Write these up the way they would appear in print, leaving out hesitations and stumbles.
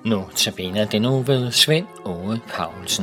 Nu tabiner det nu ved Svend Åge Paulsen.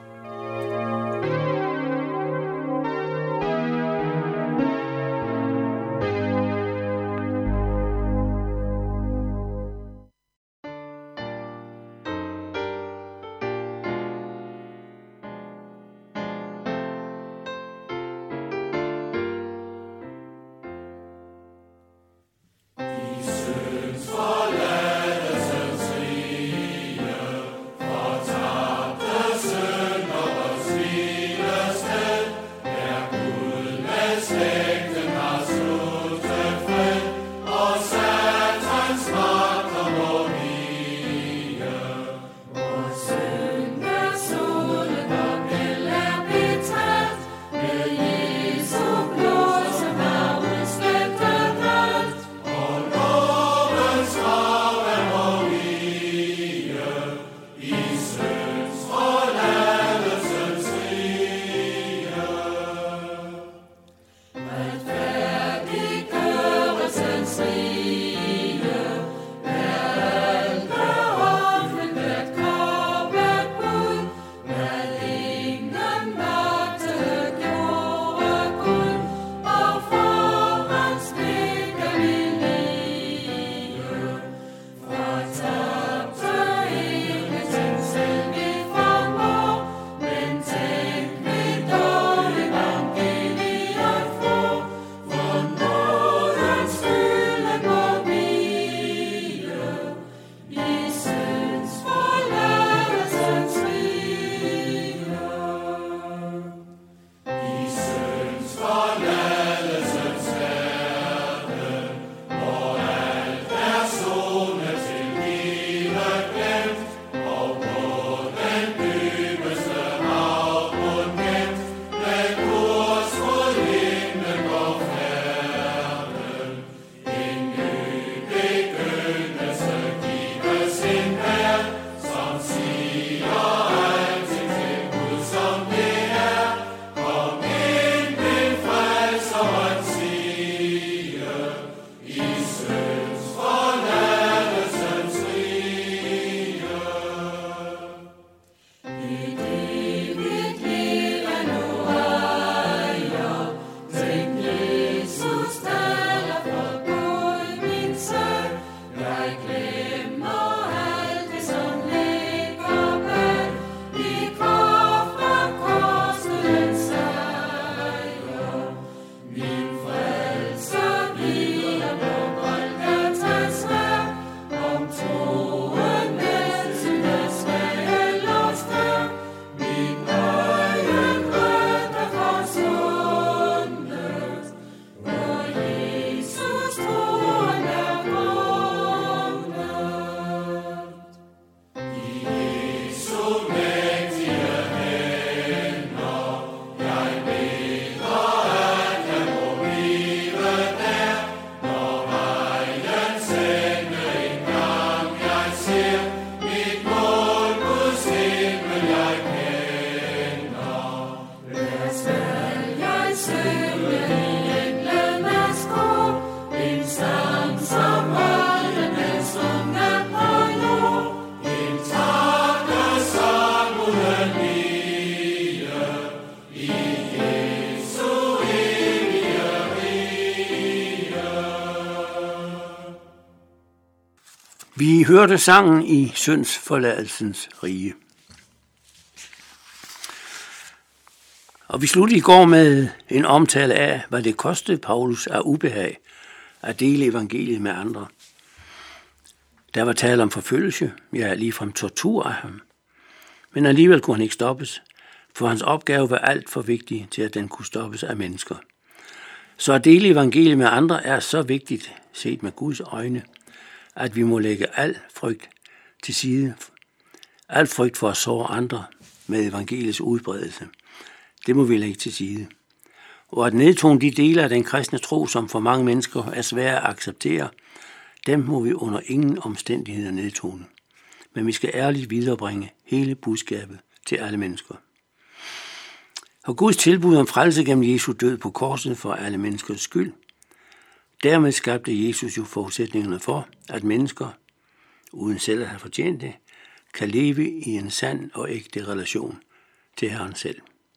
Vi hørte sangen i syndsforladelsens rige. Og vi sluttede i går med en omtale af, hvad det kostede Paulus af ubehag at dele evangeliet med andre. Der var tale om forfølgelse, ja ligefrem tortur af ham. Men alligevel kunne han ikke stoppes, for hans opgave var alt for vigtig til, at den kunne stoppes af mennesker. Så at dele evangeliet med andre er så vigtigt, set med Guds øjne, at vi må lægge al frygt til side. Al frygt for at såre andre med evangeliets udbredelse. Det må vi lægge til side. Og at nedtone de dele af den kristne tro, som for mange mennesker er svære at acceptere, dem må vi under ingen omstændigheder nedtone. Men vi skal ærligt viderebringe hele budskabet til alle mennesker. Og Guds tilbud om frelse gennem Jesu død på korset for alle menneskers skyld, dermed skabte Jesus jo forudsætningerne for, at mennesker, uden selv at have fortjent det, kan leve i en sand og ægte relation til Herren selv.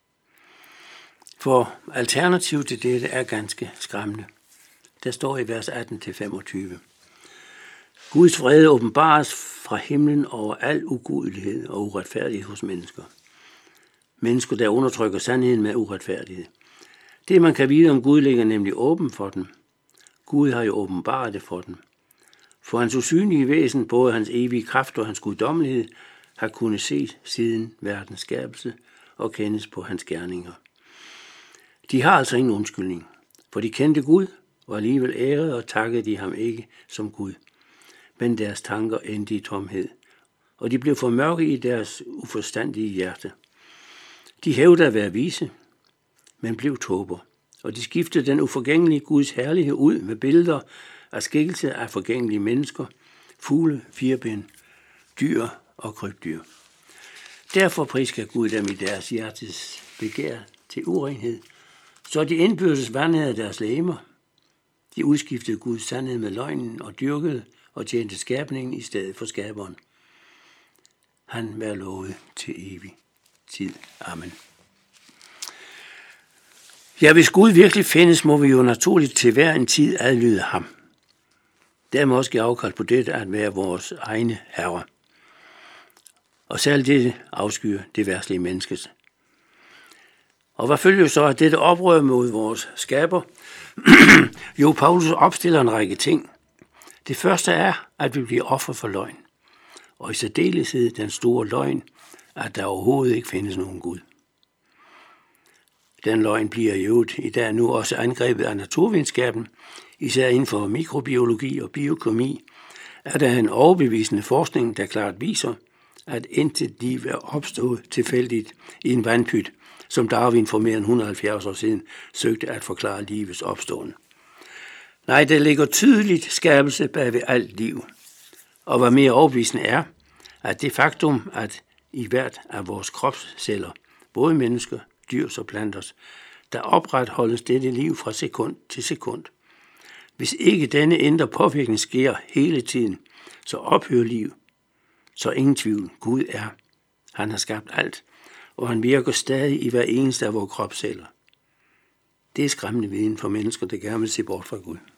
For alternativet til dette er ganske skræmmende. Der står i vers 18-25. Guds fred åbenbares fra himlen over al ugudelighed og uretfærdighed hos mennesker. Mennesker, der undertrykker sandheden med uretfærdighed. Det, man kan vide om Gud, ligger nemlig åben for dem. Gud har jo åbenbaret det for dem. For hans usynlige væsen, både hans evige kraft og hans guddommelighed, har kunnet ses siden verdens skabelse og kendes på hans gerninger. De har altså ingen undskyldning, for de kendte Gud, og alligevel ærede og takkede de ham ikke som Gud. Men deres tanker endte i tomhed, og de blev formørket i deres uforstandige hjerte. De hævdede at være vise, men blev tåber, og de skiftede den uforgængelige Guds herlighed ud med billeder af skikkelse af forgængelige mennesker, fugle, firben, dyr og krybdyr. Derfor prisgav Gud dem i deres hjertes begær til urenhed, så de indbyrdes vandrede deres legemer. De udskiftede Guds sandhed med løgnen og dyrkede og tjente skabningen i stedet for skaberen. Han vær lovet til evig tid. Amen. Ja, hvis Gud virkelig findes, må vi jo naturligt til hver en tid adlyde ham. Dermed også give afkald på det at være vores egne herrer. Og særligt det afskyer det værtslige menneskes. Og hvad følger så af dette oprør mod vores skaber? Jo, Paulus opstiller en række ting. Det første er, at vi bliver offer for løgn. Og i særdeleshed den store løgn, at der overhovedet ikke findes nogen Gud. Den løgn bliver i øvrigt i dag nu også angrebet af naturvidenskaben, især inden for mikrobiologi og biokemi, er der en overbevisende forskning, der klart viser, at intet liv er opstået tilfældigt i en vandpyt, som Darwin for mere end 170 år siden søgte at forklare livets opståen. Nej, der ligger tydeligt skabelse bag ved alt liv. Og hvad mere overbevisende er, at det faktum, at i hvert af vores kropsceller, både mennesker, dyr og planters, der opretholdes dette liv fra sekund til sekund. Hvis ikke denne indre påvirkning sker hele tiden, så ophører liv. Så ingen tvivl, Gud er. Han har skabt alt, og han virker stadig i hver eneste af vores kropsceller. Det er skræmmende viden for mennesker, der gerne vil se bort fra Gud.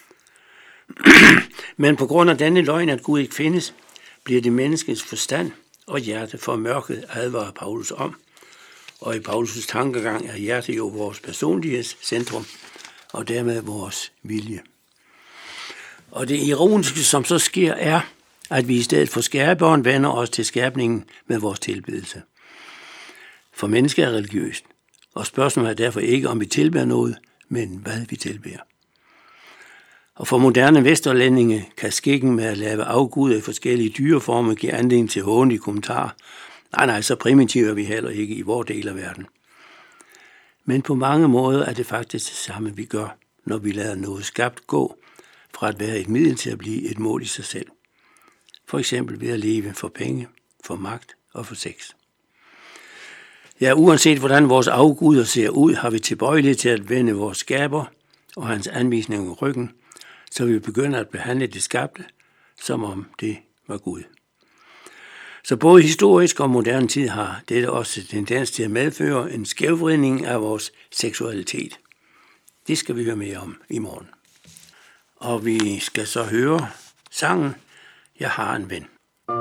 Men på grund af denne løgn, at Gud ikke findes, bliver det menneskets forstand og hjerte formørket, advarer Paulus om. Og i Paulus' tankegang er hjertet jo vores personlighedscentrum, og dermed vores vilje. Og det ironiske, som så sker, er, at vi i stedet for skaberen vender os til skabningen med vores tilbedelse. For mennesker er religiøst, og spørgsmålet er derfor ikke, om vi tilbeder noget, men hvad vi tilbeder. Og for moderne vesterlændinge kan skikken med at lave afguder i forskellige dyreformer give anledning til hånlige kommentarer. Nej, så primitive er vi heller ikke i vores del af verden. Men på mange måder er det faktisk det samme, vi gør, når vi lader noget skabt gå fra at være et middel til at blive et mål i sig selv. For eksempel ved at leve for penge, for magt og for sex. Ja, uanset hvordan vores afguder ser ud, har vi tilbøjelighed til at vende vores skaber og hans anvisninger ryggen, så vi begynder at behandle det skabte, som om det var Gud. Så både historisk og moderne tid har dette også tendens til at medføre en skævvridning af vores seksualitet. Det skal vi høre mere om i morgen. Og vi skal så høre sangen Jeg har en ven.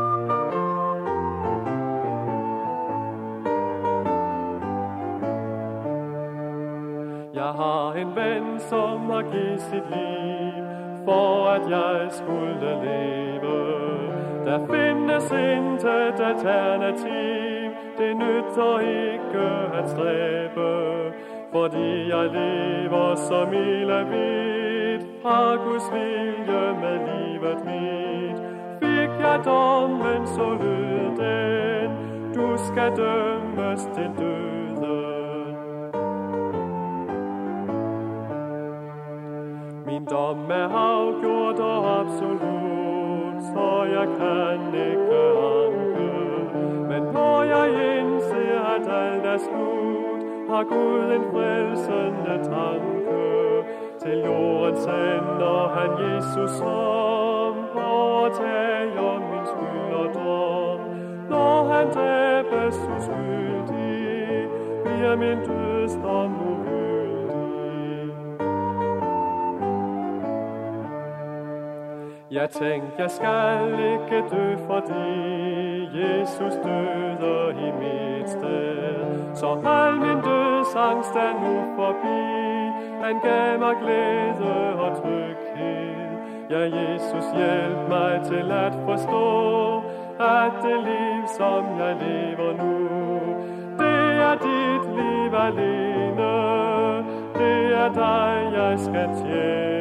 Jeg har en ven, som har givet sit liv, for at jeg skulle leve. Der findes intet alternativ, det nytter ikke at stræbe, fordi jeg lever så milevidt fra Guds vilje med livet mit. Fik jeg dommen, så lød den, du skal dømmes til døden. Min dom er afgjort og absolut, så jeg kan ikke anke. Men når jeg indser, at alt er slut, har Gud en frelsende tanke. Til jorden sender han Jesus om, og tager min skyld og dom. når han dræbes uskyldig, bliver min dødsdom ugyldig. Jeg tænkte, jeg skal ikke dø, fordi Jesus døde i mit sted. Så al min dødsangst er nu forbi. Han gav mig glæde og tryghed. Ja, Jesus, hjælp mig til at forstå, at det liv, som jeg lever nu, det er dit liv alene. Det er dig, jeg skal tjene.